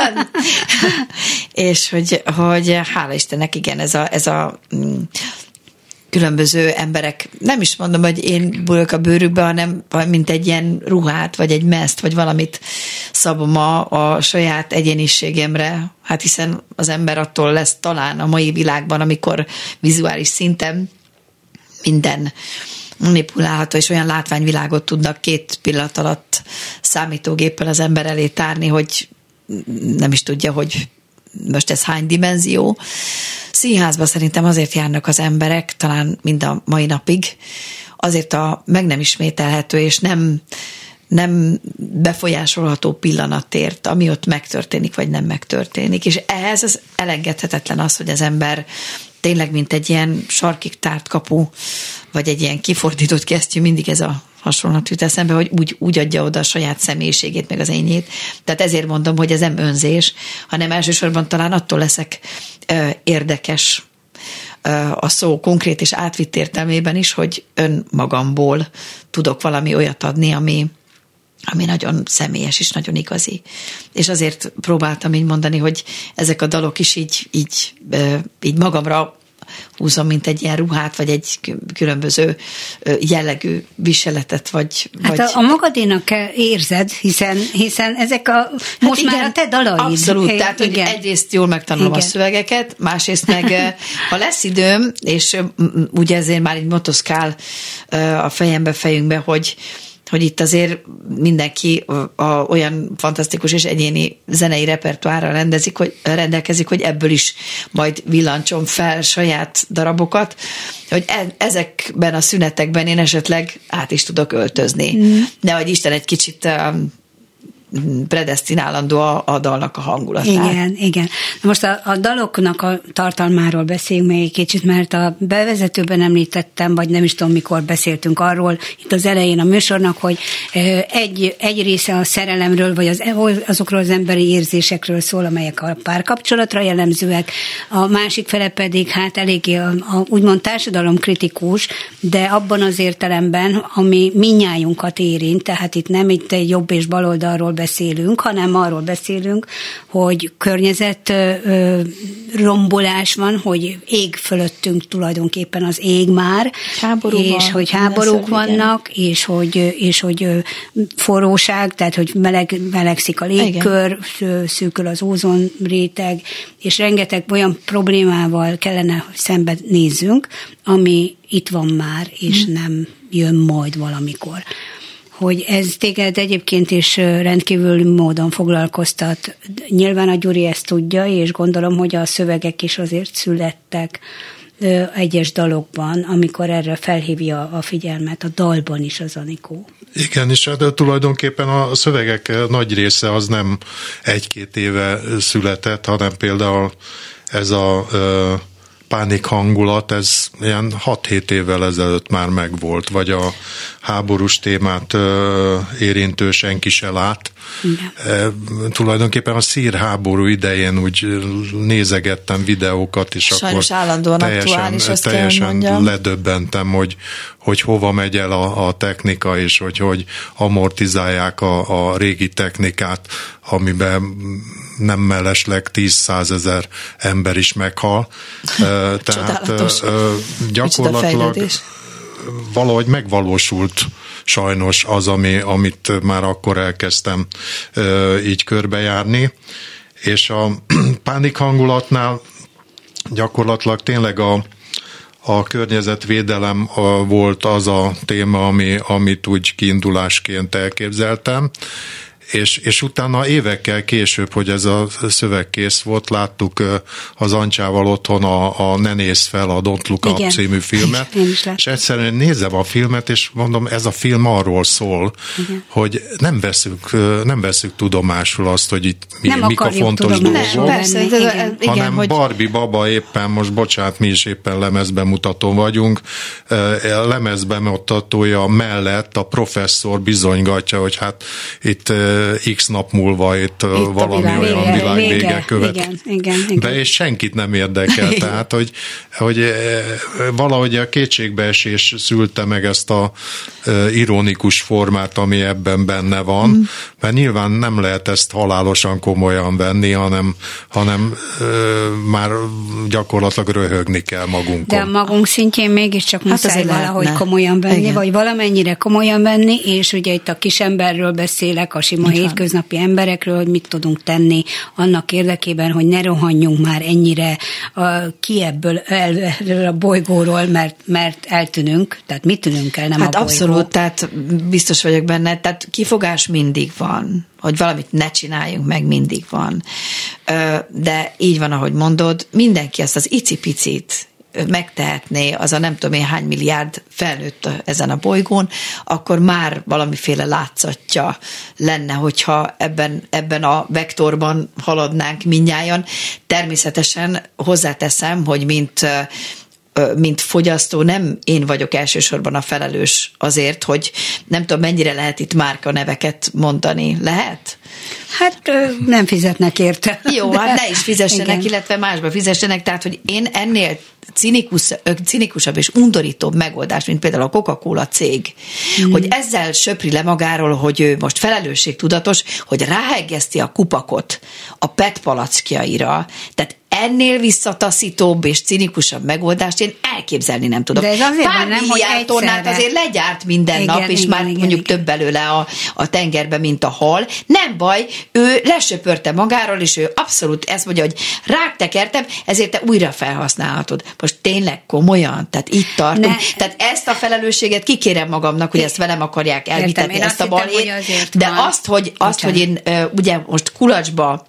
És hogy, hogy hála Istennek, igen, ez a, ez a különböző emberek, nem is mondom, hogy én bújok a bőrükbe, hanem mint egy ilyen ruhát, vagy egy mezt, vagy valamit szabom a, a saját egyéniségemre. Hát hiszen az ember attól lesz talán a mai világban, amikor vizuális szinten minden manipulálható, és olyan látványvilágot tudnak két pillanat alatt számítógéppel az ember elé tárni, hogy nem is tudja, hogy most ez hány dimenzió. Színházba szerintem azért járnak az emberek, talán mind a mai napig, azért a meg nem ismételhető és nem, nem befolyásolható pillanatért, ami ott megtörténik, vagy nem megtörténik. És ehhez az elengedhetetlen az, hogy az ember tényleg, mint egy ilyen sarkig tárt kapu, vagy egy ilyen kifordított kesztyű, mindig ez a hasonlat jut eszembe, hogy úgy, úgy adja oda a saját személyiségét, meg az enyét. Tehát ezért mondom, hogy ez nem önzés, hanem elsősorban talán attól leszek ö, érdekes ö, a szó konkrét és átvitt értelmében is, hogy önmagamból tudok valami olyat adni, ami, ami nagyon személyes és nagyon igazi. És azért próbáltam így mondani, hogy ezek a dalok is így, így, ö, így magamra húzom, mint egy ilyen ruhát, vagy egy különböző jellegű viseletet, vagy... Hát vagy... a, a magadénak érzed, hiszen, hiszen ezek a... Most hát igen, már a te dalaid. Abszolút, hey, tehát igen. Hogy egyrészt jól megtanulom igen. a szövegeket, másrészt meg ha lesz időm, és ugye ezért már így motoszkál a fejembe, fejünkbe, hogy hogy itt azért mindenki a, a, olyan fantasztikus és egyéni zenei repertoárral rendezik, hogy, rendelkezik, hogy ebből is majd villancsom fel saját darabokat, hogy e, ezekben a szünetekben én esetleg át is tudok öltözni. Mm. De hogy Isten egy kicsit um, predesztinálandó a, a dalnak a hangulatát. Igen, igen. Most a, a daloknak a tartalmáról beszéljünk még egy kicsit, mert a bevezetőben említettem, vagy nem is tudom, mikor beszéltünk arról, itt az elején a műsornak, hogy egy, egy része a szerelemről, vagy az, azokról az emberi érzésekről szól, amelyek a párkapcsolatra jellemzőek, a másik fele pedig hát eléggé a, a úgymond társadalomkritikus, de abban az értelemben, ami mindnyájunkat érint, tehát itt nem itt egy jobb és baloldalról beszélünk, hanem arról beszélünk, hogy környezet ö, rombolás van, hogy ég fölöttünk tulajdonképpen az ég már, Háború és van, hogy háborúk vannak, és hogy, és hogy forróság, tehát hogy meleg, melegszik a légkör, igen. szűkül az ózonréteg, és rengeteg olyan problémával kellene, hogy szembe nézzünk, ami itt van már, és hmm. nem jön majd valamikor. Hogy ez téged egyébként is rendkívül módon foglalkoztat. Nyilván a Gyuri ezt tudja, és gondolom, hogy a szövegek is azért születtek egyes dalokban, amikor erre felhívja a figyelmet, a dalban is az Anikó. Igen, és hát tulajdonképpen a szövegek nagy része az nem egy-két éve született, hanem például ez a pánik hangulat, ez ilyen hat-hét évvel ezelőtt már megvolt, vagy a háborús témát ö, érintő Senki se lát. E, tulajdonképpen a szír háború idején úgy nézegettem videókat, és sajnos akkor teljesen, teljesen ledöbbentem, hogy, hogy hova megy el a, a technika, és hogy hogy amortizálják a, a régi technikát, amiben nem mellesleg tíz-százezer ember is meghal. E, tehát ö, gyakorlatilag valahogy megvalósult sajnos az, ami, amit már akkor elkezdtem ö, így körbejárni, és a pánik hangulatnál gyakorlatilag tényleg a, a környezetvédelem a, volt az a téma, ami, amit úgy kiindulásként elképzeltem, és, és utána évekkel később, hogy ez a szöveg kész volt, láttuk az Ancsával otthon a, a Ne nézz fel, a Don't Look Up című filmet, és egyszerűen nézem a filmet, és mondom, ez a film arról szól, igen. hogy nem veszük, nem veszük tudomásul azt, hogy itt mi, mik a fontos dolgok, persze, igen, igen, hanem hogy... Barbie baba éppen, most bocsánat, mi is éppen lemezbemutatón vagyunk, a lemezbemutatója mellett a professzor bizonygatja, hogy hát itt x nap múlva itt, itt valami világ, olyan világvége következik be, és senkit nem érdekel. Tehát, hogy, hogy valahogy a kétségbeesés szülte meg ezt a ironikus formát, ami ebben benne van, mm. mert nyilván nem lehet ezt halálosan komolyan venni, hanem, hanem már gyakorlatilag röhögni kell magunkon. De a magunk szintjén mégiscsak hát muszáj valahogy lehetne. komolyan venni, igen. vagy valamennyire komolyan venni, és ugye itt a kisemberről beszélek, a sima Itt hétköznapi van. emberekről, hogy mit tudunk tenni annak érdekében, hogy ne rohanjunk már ennyire a, ki ebből el, a bolygóról, mert, mert eltűnünk, tehát mit tűnünk el, nem hát a bolygó. Abszolút, tehát biztos vagyok benne, tehát kifogás mindig van, hogy valamit ne csináljunk meg, mindig van. De így van, ahogy mondod, mindenki ezt az icipicit megtehetné, az a nem tudom én hány milliárd felnőtt ezen a bolygón, akkor már valamiféle látszatja lenne, hogyha ebben, ebben a vektorban haladnánk mindnyájan. Természetesen hozzáteszem, hogy mint mint fogyasztó nem én vagyok elsősorban a felelős azért, hogy nem tudom, mennyire lehet itt márka neveket mondani. Lehet? Hát nem fizetnek érte. Jó, hát ne is fizessenek, igen. illetve másba fizessenek, tehát, hogy én ennél cinikus, cinikusabb és undorítóbb megoldás, mint például a Coca-Cola cég, mm. hogy ezzel söpri le magáról, hogy ő most felelősségtudatos, hogy ráhegeszti a kupakot a pé é té palackjaira, tehát ennél visszataszítóbb és cinikusabb megoldást én elképzelni nem tudok. De ez azért Pár nem, hogy tonnát azért legyárt minden igen, nap, és igen, már igen, mondjuk igen. több belőle a, a tengerbe, mint a hal. Nem baj, ő lesöpörte magáról, és ő abszolút ezt mondja, hogy ráktekertem, ezért te újra felhasználhatod. Most tényleg komolyan? Tehát itt tartunk. Ne. Tehát ezt a felelősséget kikérem magamnak, hogy ezt velem akarják elvitetni, ezt a balhét. De van. azt, hogy, azt, hogy én ugye most kulacsba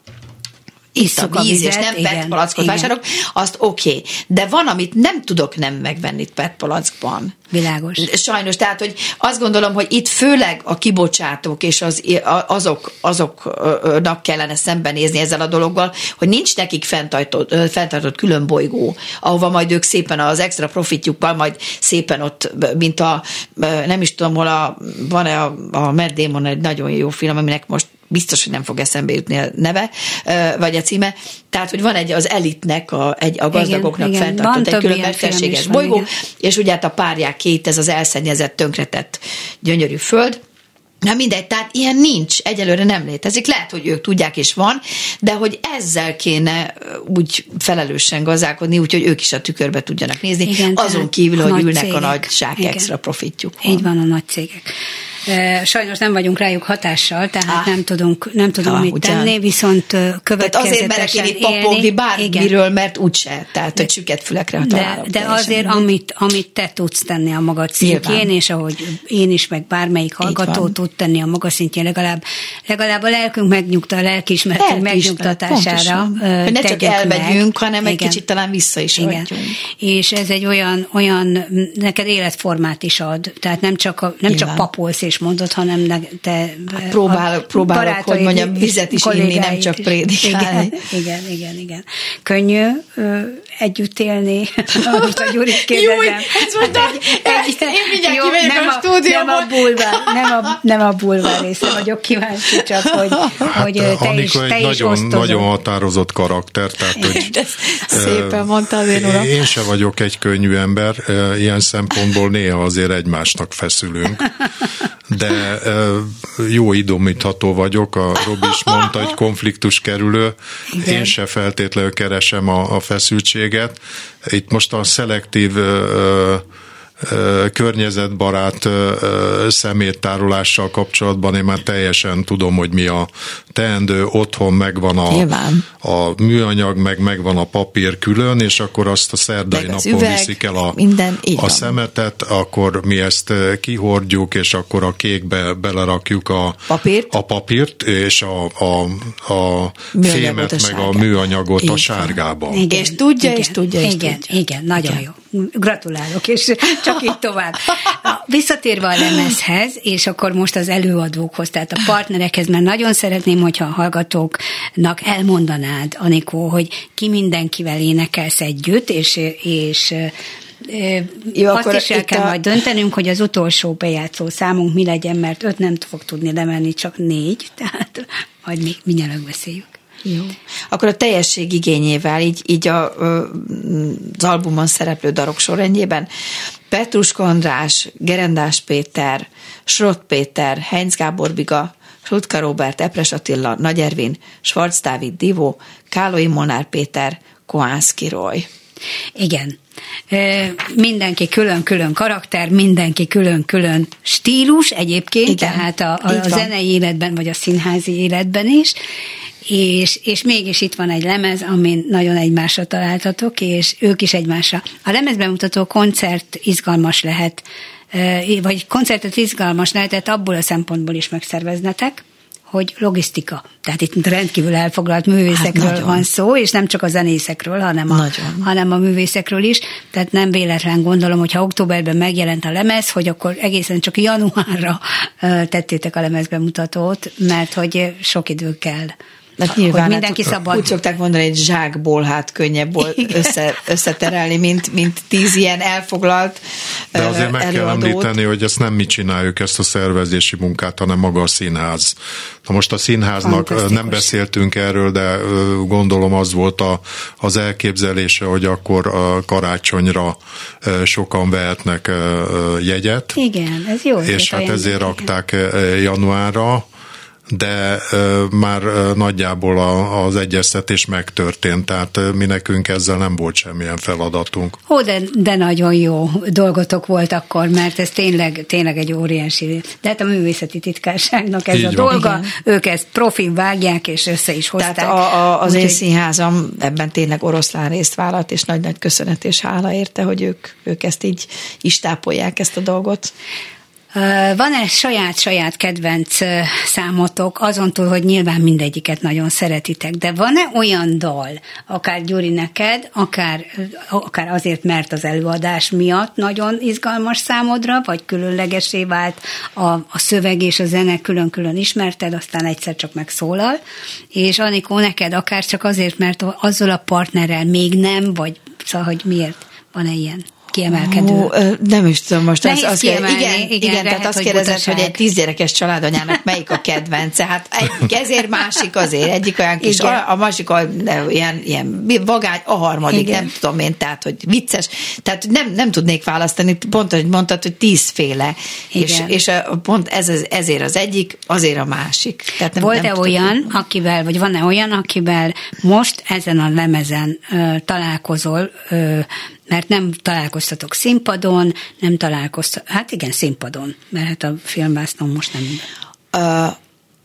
itt a víz, vizet, és nem pé é té palackot vásárolok, azt oké. Okay. De van, amit nem tudok nem megvenni pé é té palackban. Világos. Sajnos, tehát, hogy azt gondolom, hogy itt főleg a kibocsátók és az, azok, azoknak kellene szembenézni ezzel a dologgal, hogy nincs nekik fenntartott, fenntartott külön bolygó, ahova majd ők szépen az extra profitjukkal majd szépen ott, mint a, nem is tudom, hol a, van-e a, a Matt Damon egy nagyon jó film, aminek most biztos, hogy nem fog eszembe jutni a neve, vagy a címe. Tehát, hogy van egy az elitnek, a, egy, a gazdagoknak igen, fenntartott igen. egy külön mesterséges bolygó, van, és ugye hát a párják két, ez az elszennyezett, tönkretett gyönyörű föld. Na mindegy, tehát ilyen nincs, egyelőre nem létezik. Lehet, hogy ők tudják, és van, de hogy ezzel kéne úgy felelősen gazdálkodni, úgyhogy ők is a tükörbe tudjanak nézni, igen, azon kívül, hogy ülnek cégek. A nagy zsák extra profitjuk. Így van, a nagy cégek. Sajnos nem vagyunk rájuk hatással, tehát ah. nem tudunk, nem tudunk ah, mit ugyan. tenni, viszont következetesen azért merek én itt papogni bármiről, mert úgyse, tehát hogy süket fülekre de, de azért, amit, amit te tudsz tenni a magad szintjén, és ahogy én is, meg bármelyik hallgató tud tenni a maga szintjén, legalább, legalább a lelkünk megnyugta, a lelkiismeretünk megnyugtatására. Hogy ne csak elmegyünk, hanem egy kicsit talán vissza is adjunk. És ez egy olyan, olyan, neked életformát is ad, tehát nem csak, a, nem csak papolsz és mondod, hanem te próbálok, próbálok hogy mondjam, vizet is inni, nem csak prédikálni. Igen, igen, igen, igen. Könnyű ö, együtt élni, most a Gyurit kérdezem. Júj, ez most egy, egy, egy, én mindjárt kimegyek a stúdióban. Nem a bulvár, nem a, nem a bulvár része vagyok kíváncsi, csak hogy, hát, hogy te Anika is, te egy is nagyon, osztozod. nagyon határozott karakter, tehát hogy szépen mondta az én uram. Én se vagyok egy könnyű ember, ilyen szempontból néha azért egymásnak feszülünk. De jó idomítható vagyok, a Robi is mondta, hogy konfliktus kerülő. Igen. Én se feltétlenül keresem a, a feszültséget. Itt most a szelektív környezetbarát szeméttárolással kapcsolatban én már teljesen tudom, hogy mi a teendő, otthon megvan a, a műanyag, meg megvan a papír külön, és akkor azt a szerdai napon üveg, viszik el a, minden, a szemetet, akkor mi ezt kihordjuk, és akkor a kékbe belerakjuk a papírt, a papírt és a, a, a fémet, a meg a műanyagot igen. a sárgába. Igen, és tudja, igen, és tudja, és igen, tudja. Igen, nagyon igen. jó. Gratulálok, és csak így tovább. Visszatérve a lemezhez, és akkor most az előadókhoz, tehát a partnerekhez, mert nagyon szeretném, hogyha a hallgatóknak elmondanád, Anikó, hogy ki mindenkivel énekelsz együtt, és, és Jó, azt is el kell a... majd döntenünk, hogy az utolsó bejátszó számunk mi legyen, mert öt nem fog tudni lemenni, csak négy, tehát majd még mindjárt beszéljük. Jó. Akkor a teljesség igényével, így, így a, az albumon szereplő darok sorrendjében Petruska András, Gerendás Péter, Srott Péter, Heinz Gábor Biga, Slutka Róbert, Epres Attila, Nagy Ervin, Schwarz Dávid Divó, Kálói Molnár Péter, Koánszky Roy. Igen. Mindenki külön-külön karakter, mindenki külön-külön stílus egyébként, igen, tehát a, a, a zenei életben, vagy a színházi életben is, és, és mégis itt van egy lemez, amin nagyon egymásra találtatok, és ők is egymásra. A lemezben mutató koncert izgalmas lehet, vagy koncertet izgalmas lehetett abból a szempontból is megszerveznetek, hogy logisztika. Tehát itt rendkívül elfoglalt művészekről hát van szó, és nem csak a zenészekről, hanem a, hanem a művészekről is. Tehát nem véletlen gondolom, hogyha októberben megjelent a lemez, hogy akkor egészen csak januárra tettétek a lemezbemutatót, mert hogy sok idő kell. Hát nyilván, hogy mindenki hát, szabad. Úgy szokták mondani, hogy zsákból hát könnyebb össze, összeterelni, mint, mint tíz ilyen elfoglalt De azért meg előadót. Kell említeni, hogy ezt nem mi csináljuk, ezt a szervezési munkát, hanem maga a színház. Na most a színháznak nem beszéltünk erről, de gondolom az volt a, az elképzelése, hogy akkor a karácsonyra sokan vehetnek jegyet. Igen, ez jó. És hát ezért rakták januárra, de uh, már uh, nagyjából a, az egyeztetés megtörtént, tehát uh, mi nekünk ezzel nem volt semmilyen feladatunk. Ó, de, de nagyon jó dolgotok volt akkor, mert ez tényleg, tényleg egy óriási. De hát a művészeti titkárságnak ez így a van. Dolga, igen. Ők ezt profin vágják, és össze is hozták. Tehát a, a, az Úgy, én színházam ebben tényleg oroszlán részt vállalt, és nagy-nagy köszönet és hála érte, hogy ők, ők ezt így is tápolják, ezt a dolgot. Van-e saját-saját kedvenc számotok, azon túl, hogy nyilván mindegyiket nagyon szeretitek, de van-e olyan dal, akár Gyuri neked, akár, akár azért, mert az előadás miatt nagyon izgalmas számodra, vagy különlegesé vált a, a szöveg és a zene, külön-külön ismerted, aztán egyszer csak megszólal, és Anikó, neked akár csak azért, mert azzal a partnerrel még nem, vagy szóval, hogy miért van-e ilyen? Kiemelkedő. Ó, nem is tudom most. Az, az igen, igen, igen tehát azt kérdezed, hogy egy tízgyerekes családanyának melyik a kedvence. Hát egyik ezért, másik azért. Egyik olyan kis, a, a másik a, ilyen, ilyen vagány, a harmadik, igen. Nem tudom én, tehát, hogy vicces. Tehát nem, nem tudnék választani, pont, hogy mondtad, hogy tízféle. És, és a, pont ez, ezért az egyik, azért a másik. Tehát nem, Volt-e nem olyan, tudom. akivel, vagy van-e olyan, akivel most ezen a lemezen ö, találkozol, ö, mert nem találkoztatok színpadon, nem találkoztatok, hát igen, színpadon, mert hát a filmvásznon most nem. Uh,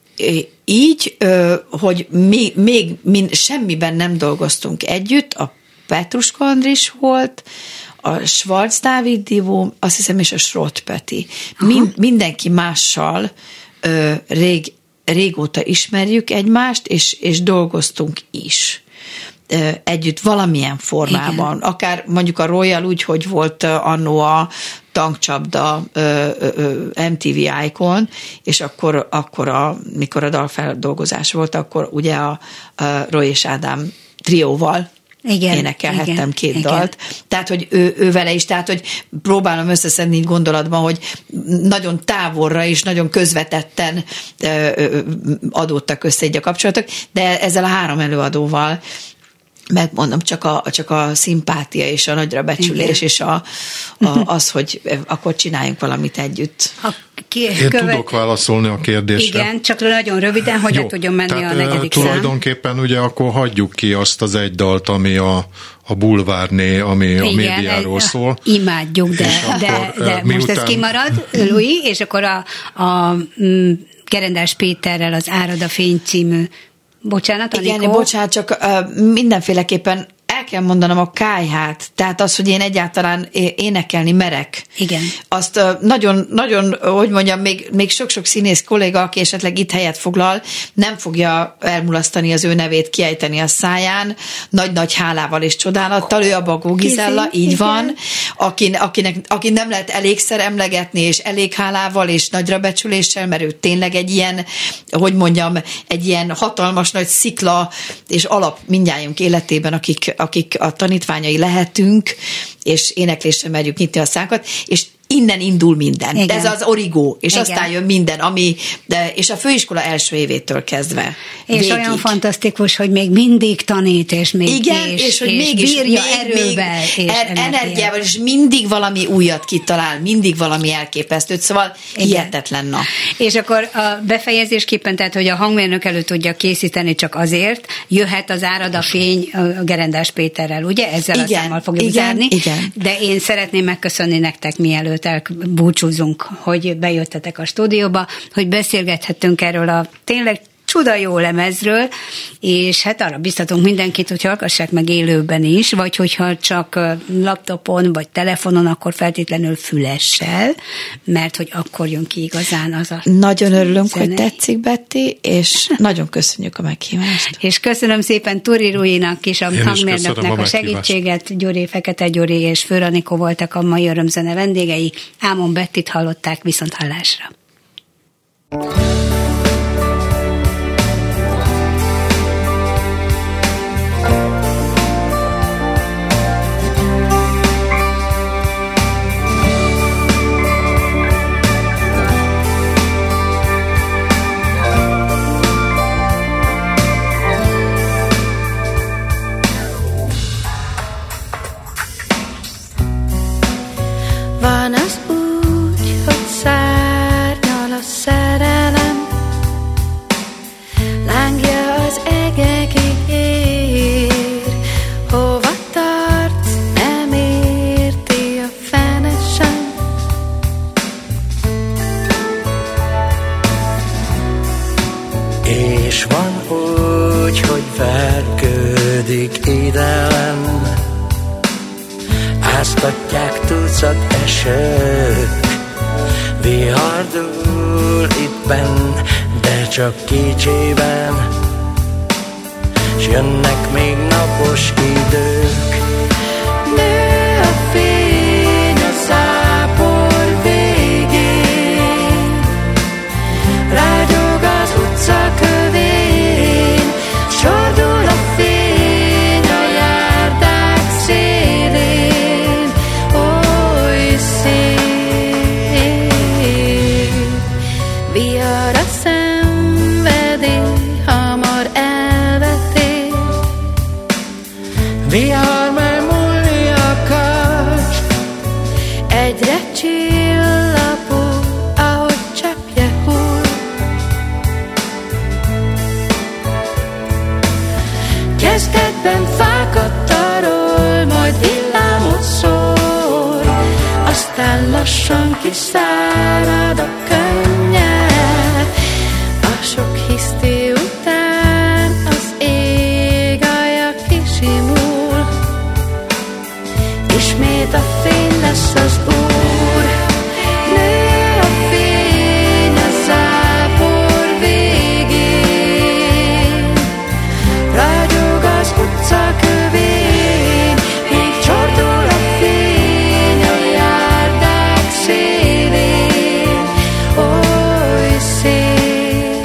így, uh, hogy mi, még mi semmiben nem dolgoztunk együtt, a Petruska Andris volt, a Schwarz Dávid Divó, azt hiszem, és a Srott Peti. Mind, mindenki mással uh, rég, régóta ismerjük egymást, és, és dolgoztunk is együtt valamilyen formában. Igen. Akár mondjuk a Royal úgy, hogy volt annó a tankcsapda em té vé Icon, és akkor, akkor a, mikor a dalfeldolgozás volt, akkor ugye a, a Roy és Ádám trióval igen, énekelhettem igen, két igen. dalt. Tehát, hogy ő, ő vele is, tehát, hogy próbálom összeszedni így gondolatban, hogy nagyon távolra és nagyon közvetetten adódtak össze így a kapcsolatok, de ezzel a három előadóval megmondom, csak a, csak a szimpátia és a nagyra becsülés, igen. és a, a, az, hogy akkor csináljunk valamit együtt. A Ki, Én követ... tudok válaszolni a kérdésre. Igen, csak nagyon röviden, hogy le tudjon menni tehát, a negyedik tulajdonképpen szám. Ugye akkor hagyjuk ki azt az egy dalt, ami a, a bulvárné, ami igen, a médiáról szól. Imádjuk, de, de, akkor, de miután... most ez kimarad, Louis, és akkor a, a Gerendás Péterrel az Árad a fény című. Bocsánat, Anikó? Igen, bocsánat, csak uh, mindenféleképpen el kell mondanom a kályhát, tehát az, hogy én egyáltalán énekelni merek. Igen. Azt nagyon, nagyon, hogy mondjam, még, még sok-sok színész kolléga, aki esetleg itt helyet foglal, nem fogja elmulasztani az ő nevét, kiejteni a száján, nagy-nagy hálával és csodálattal. Ő a Bagó Gizella, így igen. van, akin, akinek, akin nem lehet elégszer emlegetni, és elég hálával, és nagyra becsüléssel, mert ő tényleg egy ilyen, hogy mondjam, egy ilyen hatalmas nagy szikla és alap mindnyájunk életében, akik akik a tanítványai lehetünk, és éneklésre merjük nyitni a szánkat, és innen indul minden. Igen. Ez az origó, és igen. aztán jön minden, ami, de, és a főiskola első évétől kezdve. És végig. Olyan fantasztikus, hogy még mindig tanít, és még igen, és, és hogy és mégis bírja még, erővel, még és er, energiával, és mindig valami újat kitalál, mindig valami elképesztőt, szóval igen. hihetetlen nap. És akkor a befejezésképpen, tehát, hogy a hangmérnök elő tudja készíteni csak azért, jöhet az Árad a fény a Gerendás Péterrel, ugye? Ezzel igen, a számmal fogjuk igen, zárni. Igen. De én szeretném megköszönni nektek mielőtt elbúcsúzunk, hogy bejöttetek a stúdióba, hogy beszélgethettünk erről a tényleg csuda jó lemezről, és hát arra biztatunk mindenkit, hogy hallgassák meg élőben is, vagy hogyha csak laptopon, vagy telefonon, akkor feltétlenül fülessel, mert hogy akkor jön ki igazán az a Nagyon örülünk, zene. Hogy tetszik, Betty, és nagyon köszönjük a meghívást. És köszönöm szépen Turi Ruinak is, a hangmérnöknek a, a segítséget. Gyuri, Fekete Gyuri és Főr Anikó voltak a mai örömzene vendégei. Ámon Bettit hallották, viszont hallásra. Van az úgy, hogy szárnyal a szerelem, lángja az egekig ér, hova tart, nem érti a fene sem. És van úgy, hogy vergődik idelen, áztatják tucat esők, vihardul itt benn, de csak kicsiben, s jönnek még napos idők. Nő a fény a zápor végén, rágyog az utca kövén, csordul a fény a járdák szélén, oly szép. Vihar a szenvedély, hamar elvetél, Vihar már múlni akar, egyre csillapul, ahogy cseppje hull. Kezdetben fákat tarol, majd villámot szól, aztán lassan kiszárad a könnyed. A sok hiszti után az ég alja kisimul, ismét a fény lesz az úr. Nő a fény a zápor végén, rágyog az utca kövén, míg csordul a fény a járdák szélén, oly szép.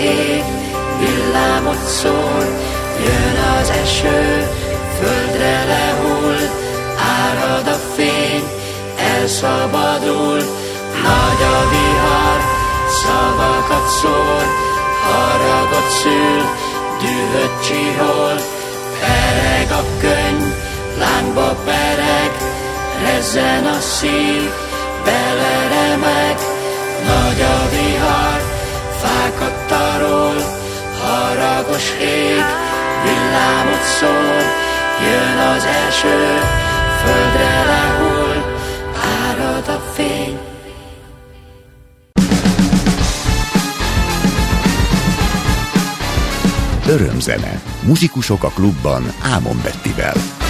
ég, villámot szól, jön az eső, földre lehull, árad a fény, elszabadul, nagy a vihar, szavakat szól, haragot szül, dühöt csihol, pereg a könny, lángba pereg, rezzen a szív, beleremeg, nagy a vihar, fákat tarol, haragos ég, villámot szól, jön az eső, földre lehull, árad a fény. Örömzene. Muzsikusok a klubban Ámon Bettivel.